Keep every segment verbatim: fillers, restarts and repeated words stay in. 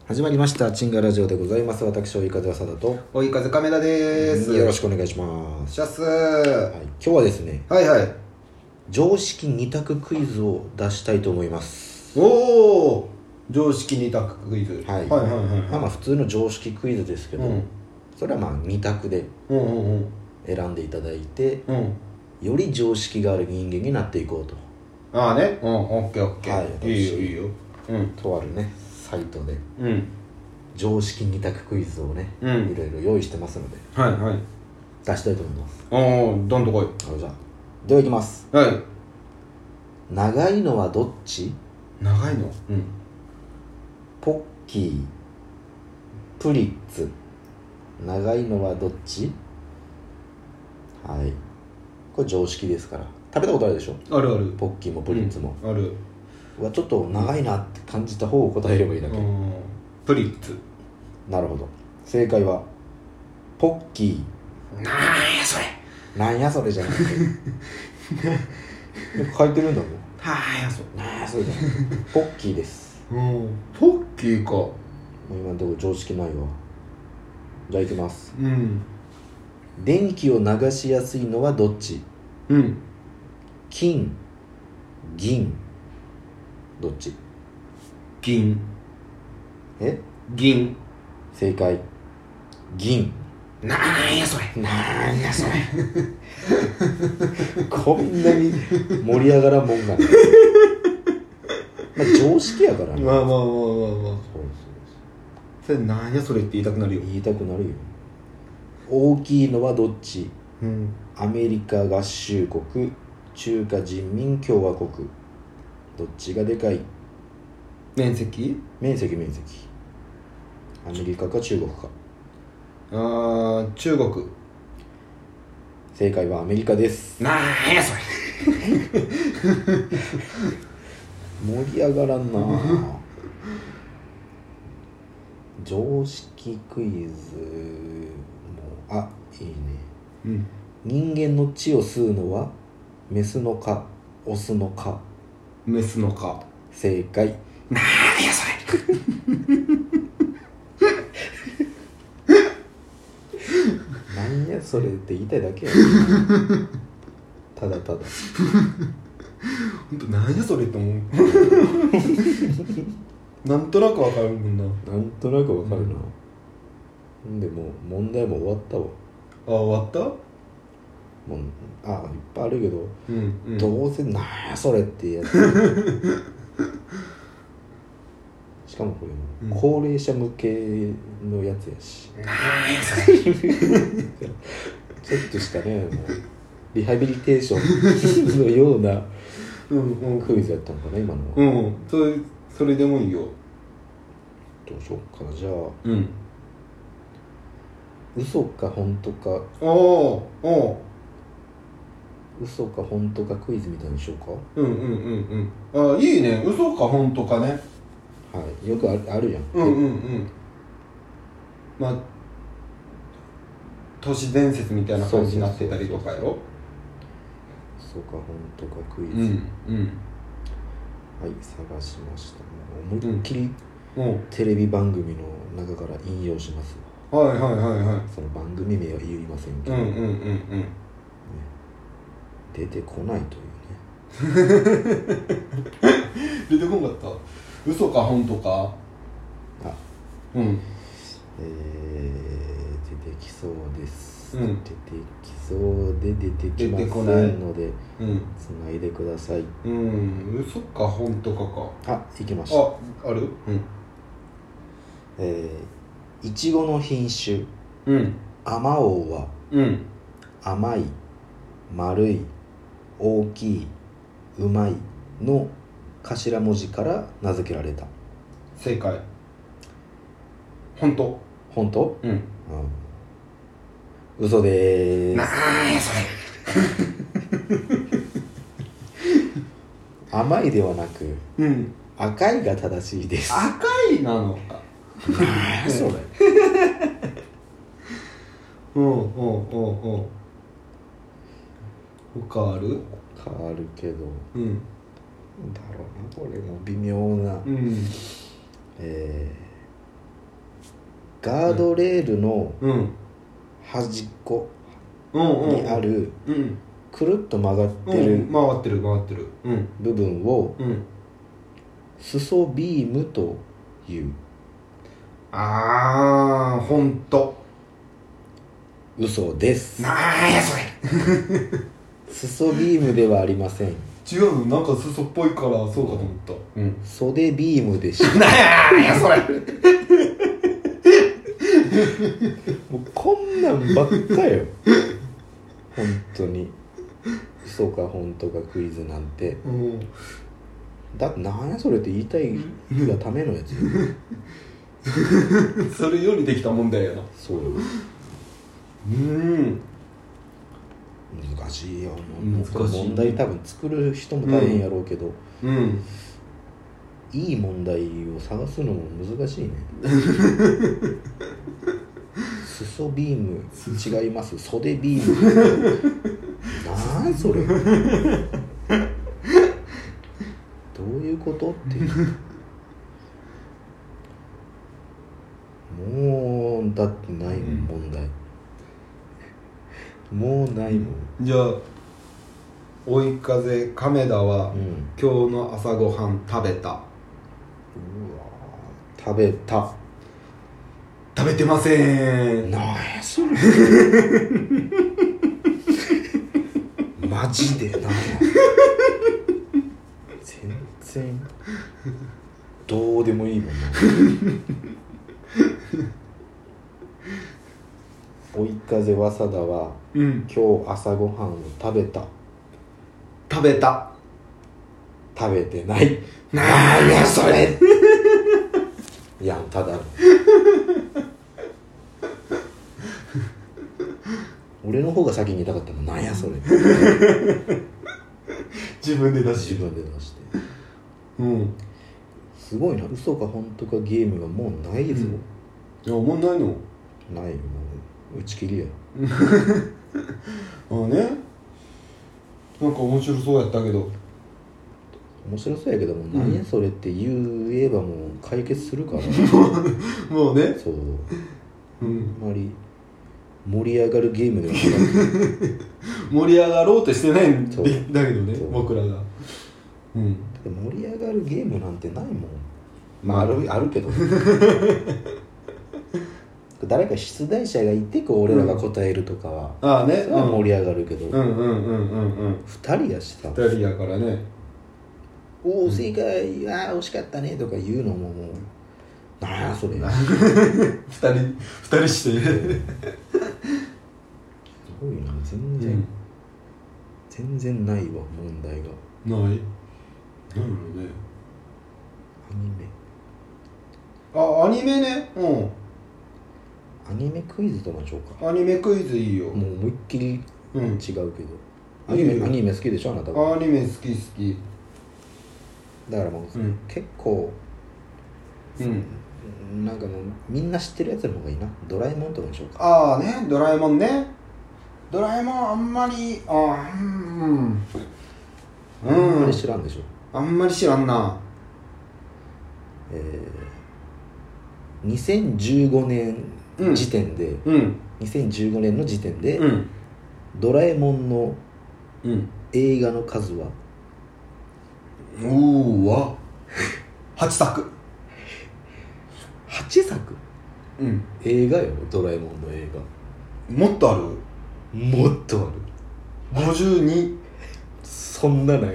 始まりましたチンガラジオでございます。私追い風浅田と追い風亀田です。 よろしくお願いします。 シャス、 はい、今日はですね、 はいはい。 常識に択クイズを出したいと思います。 おお、常識に択クイズ。 はい、 はいはいはいはい。 まあまあ普通の常識クイズですけど、うん、それはまあに択で選んでいただいて、うんうんうん、より常識がある人間になっていこうと。 ああね、うん、オッケーオッケー、はい、いいよいいよ、 うん、とあるねサイトで、うん、常識に択クイズをね、うん、いろいろ用意してますので、はいはい、出したいと思います。 おお、どんとこい。 あ、じゃあではいきます。 はい。 長いのはどっち？ 長いの、うん、 ポッキー、プリッツ。長いのはどっち？はい、これ常識ですから。食べたことあるでしょ？ あるある。 ポッキーもプリッツも、 うん、ある。 はちょっと長いなって感じた方を答えればいいだけ。 プリッツ。なるほど。正解はポッキー。なんやそれ。 なんやそれじゃなくて書いてるんだもん。 なんやそれ。 なんやそれじゃなくてポッキーです。 うん、ポッキーか。もう今のところ常識ないわ。じゃあいきます。 うん。 電気を流しやすいのはどっち？ うん。 金、銀、どっち？ 銀。 え？ 銀。 正解。銀。 なんやそれ。 なんやそれこんなに盛り上がらんもんがねまあ常識やからね。 まあまあまあまあまあ、そうそうそれなんやそれって言いたくなるよ。 言いたくなるよ。大きいのはどっち？うん、アメリカ合衆国、中華人民共和国。どっちがでかい？ 面積？ 面積面積。アメリカか中国か。 あー、中国。 正解はアメリカです。 なんやそれ盛り上がらんな常識クイズもあいいね、うん、人間の血を吸うのはメスの蚊、オスの蚊。 メスの蚊。 正解。 なんやそれなんやそれって言いたいだけやただただほんとなんやそれって思うなんとなくわかるもんな。 なんとなくわかるな、うん、でも問題も終わったわ。 あ、終わった？ もうあいっぱいあるけど、 うんうん、 どうせなんやそれってやつしかもこれも高齢者向けのやつやし、 うん、なんやそれちょっとしたねもうリハビリテーションのようなクイズやったのかな今のは。 うん、それそれでもいいよ。 どうしようかな。じゃあ、 うん、 嘘か本当か。 おおお嘘か本当かクイズみたいにしようか。 うんうんうんうん。あ、いいね。嘘か本当かね。 はい、よくある、あるやん。 うんうんうん。まあ都市伝説みたいな感じになってたりとかよ。 そうか本当かクイズ。 うんうん。 はい、探しました。もう思いっきり、うん、テレビ番組の中から引用しますわ。はいはいはいはい。 その番組名は言いませんけど。 うんうんうんうん。ね、 出てこないというね。 出てこなかった。嘘か本当か。 あ、 うん。 えー、出てきそうです、うん、出てきそうで出てきませんので、うん、つないでください。 うん、嘘か本当かか。 あ、行きました。 あ、ある？うん。 えー、いちごの品種、 うん、 あまおうは、うん、甘い、丸い、大きい、うまいの頭文字から名付けられた。 正解。本当。 本当？ うん。 嘘でーす。 なーやそれ甘いではなく、 うん、 赤いが正しいです。 赤いなのか。 なーそれうんうんうんうん。他ある？ 他あるけど、 うん、 だろうな、これも微妙な、 うん、 えーガードレールのうん端っこうんうんにあるうんくるっと曲がってるうん回ってる回ってるうん部分をうん裾ビームという。 あーほんと嘘です。 なーやそれ裾ビームではありません。 違うの、なんか裾っぽいからそうかと思った。うん袖ビームでした。 なーやそれもうこんなんばっかよ本当に。嘘か本当かクイズなんて。 うんだってなんやそれって言いたいがためのやつよそれよりできた問題やな。 そうよ。 うん難しいよ。 難しいこれ問題多分作る人も大変やろうけど、 うんいい問題を探すのも難しいね裾ビーム違います。袖ビームなんそれどういうことってもうだってないもん問題、もうないもん。 じゃあ追い風亀田は、 うん、 今日の朝ごはん食べた。 うわ食べた。 食べてません。 なんやそれマジでなんや全然どうでもいいもんな追い風早稲田は、 うん、 今日朝ごはんを食べた。 食べた。 食べてない。 なんやそれいやただ俺の方が先に言いたかったの。なんやそれ自分で出し自分で出して。 うんすごいな。嘘か本当かゲームがもうないぞ、 いやもうないの。 ないよ。もう打ち切りや。 ああね、なんか面白そうやったけど。 面白そうやけども、 うんなんやそれって言えばもう解決するからもうね、 そう、 うん、 あんまり盛り上がるゲームではなく盛り上がろうとしてないんそうだけどねそう僕らが。うんて盛り上がるゲームなんてないもん。まああるあるけど誰か出題者がいてこう俺らが答えるとかは、 ああね、 それは盛り上がるけど、 うんうんうんうんうんふたりやしさ、 ふたりやからね。 おお正解、ああ惜しかったねとか言うのももうなんやそれふたりふたりしてすごいな。全然、 うん全然ないわ問題が。 ないないのね。 アニメあアニメね。うんアニメクイズとましょうか。 アニメクイズいいよ。 もう思いっきりうん違うけど、アニメいいよアニメ好きでしょあなたは。 アニメ好き好き。 だからもう、 うん結構うんなんかもうみんな知ってるやつの方がいいな。ドラえもんとかにしようか。 ああね、ドラえもんね。ドラえもんあんまりあーうんあんまりうん知らんでしょ。 あんまり知らんな。 えー、にせんじゅうごねん時点で、 うんにせんじゅうごねんの時点で、 うんドラえもんのうん映画の数はうーわはちさく。 はちさく。 うん映画よドラえもんの映もっとある。 画。もっとある。 ごじゅうに。 そんなない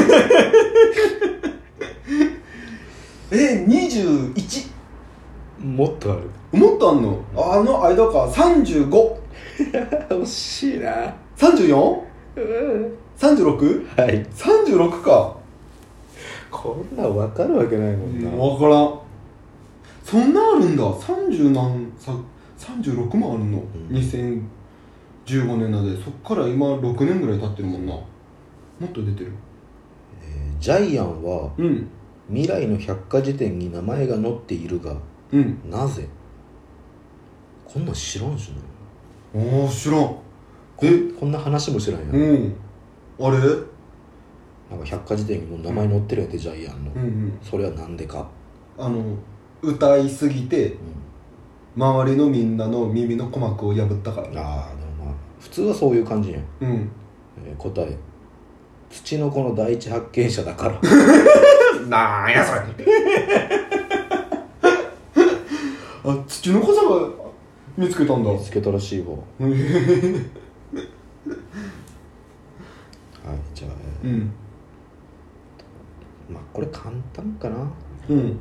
えにじゅういち。 もっとある。 もっとあんの。あの間か。さんじゅうご。 惜しいな。 さんじゅうよん。 うん、 さんじゅうろく。 はい。 さんじゅうろくか。 こんなん分かるわけないもんな。 分からん。そんなあるんだ。さんじゅう何ささんじゅうろくもあるの、 うん、 にせんじゅうごねんなんで。そっから今ろくねんぐらい経ってるもんな。もっと出てる。 えージャイアンはうん未来の百科事典に名前が載っているがうんなぜ。こんなん知らんしな。 ああ知らん。 ここんな話も知らんやん、 うんあれなんか百科事典にも名前載ってるやんって、ジャイアンの、 うんうんそれはなんでか。 あの歌いすぎてうん周りのみんなの耳の鼓膜を破ったから。 ああでもまあ普通はそういう感じやん、 うん。 えー答え土の子の第一発見者だからなんやそれ。あ、土の子さんが見つけたんだ。 見つけたらしいわはいじゃあ、えーうん。 まあこれ簡単かな。 うん。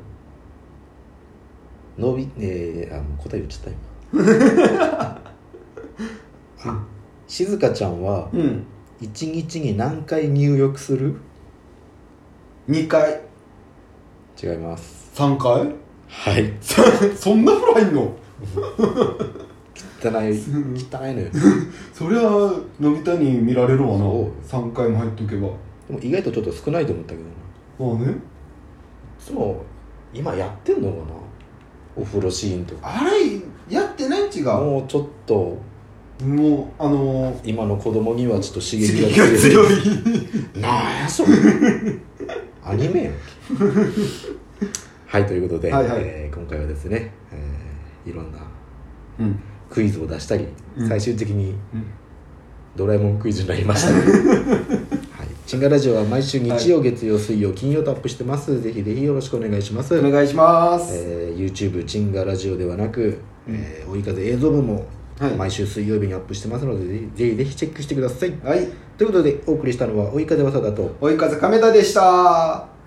のびえー、あもう答え言っちゃった今あしずかちゃんはうんいちにちに何回入浴する？ にかい違います。 さんかいはいそんな風呂入んの？ 汚い汚いのよそりゃのび太に見られるわな。 そうさんかいも入っとけば。 でも意外とちょっと少ないと思ったけどな。 まあね。 いつも今やってんのかな、お風呂シーンとか。 あれやってないん違う。 もうちょっともうあのー、 今の子供にはちょっと刺激刺が激が強い。 なんやそれアニメやんはいということで、 はいはいえー今回はですね、えーいろんなうんクイズを出したり、 うん最終的にうんドラえもんクイズになりましたので、はい、チンガラジオは毎週日曜、月曜、水曜、金曜とアップしてます。ぜひぜひよろしくお願いします。 お願いします。 えー、YouTube チンガラジオではなく、 うんえー追い風映像部もはい毎週水曜日にアップしてますので、ぜひぜひぜひチェックしてください。 はい。 ということでお送りしたのは追い風わさだと追い風亀田でした。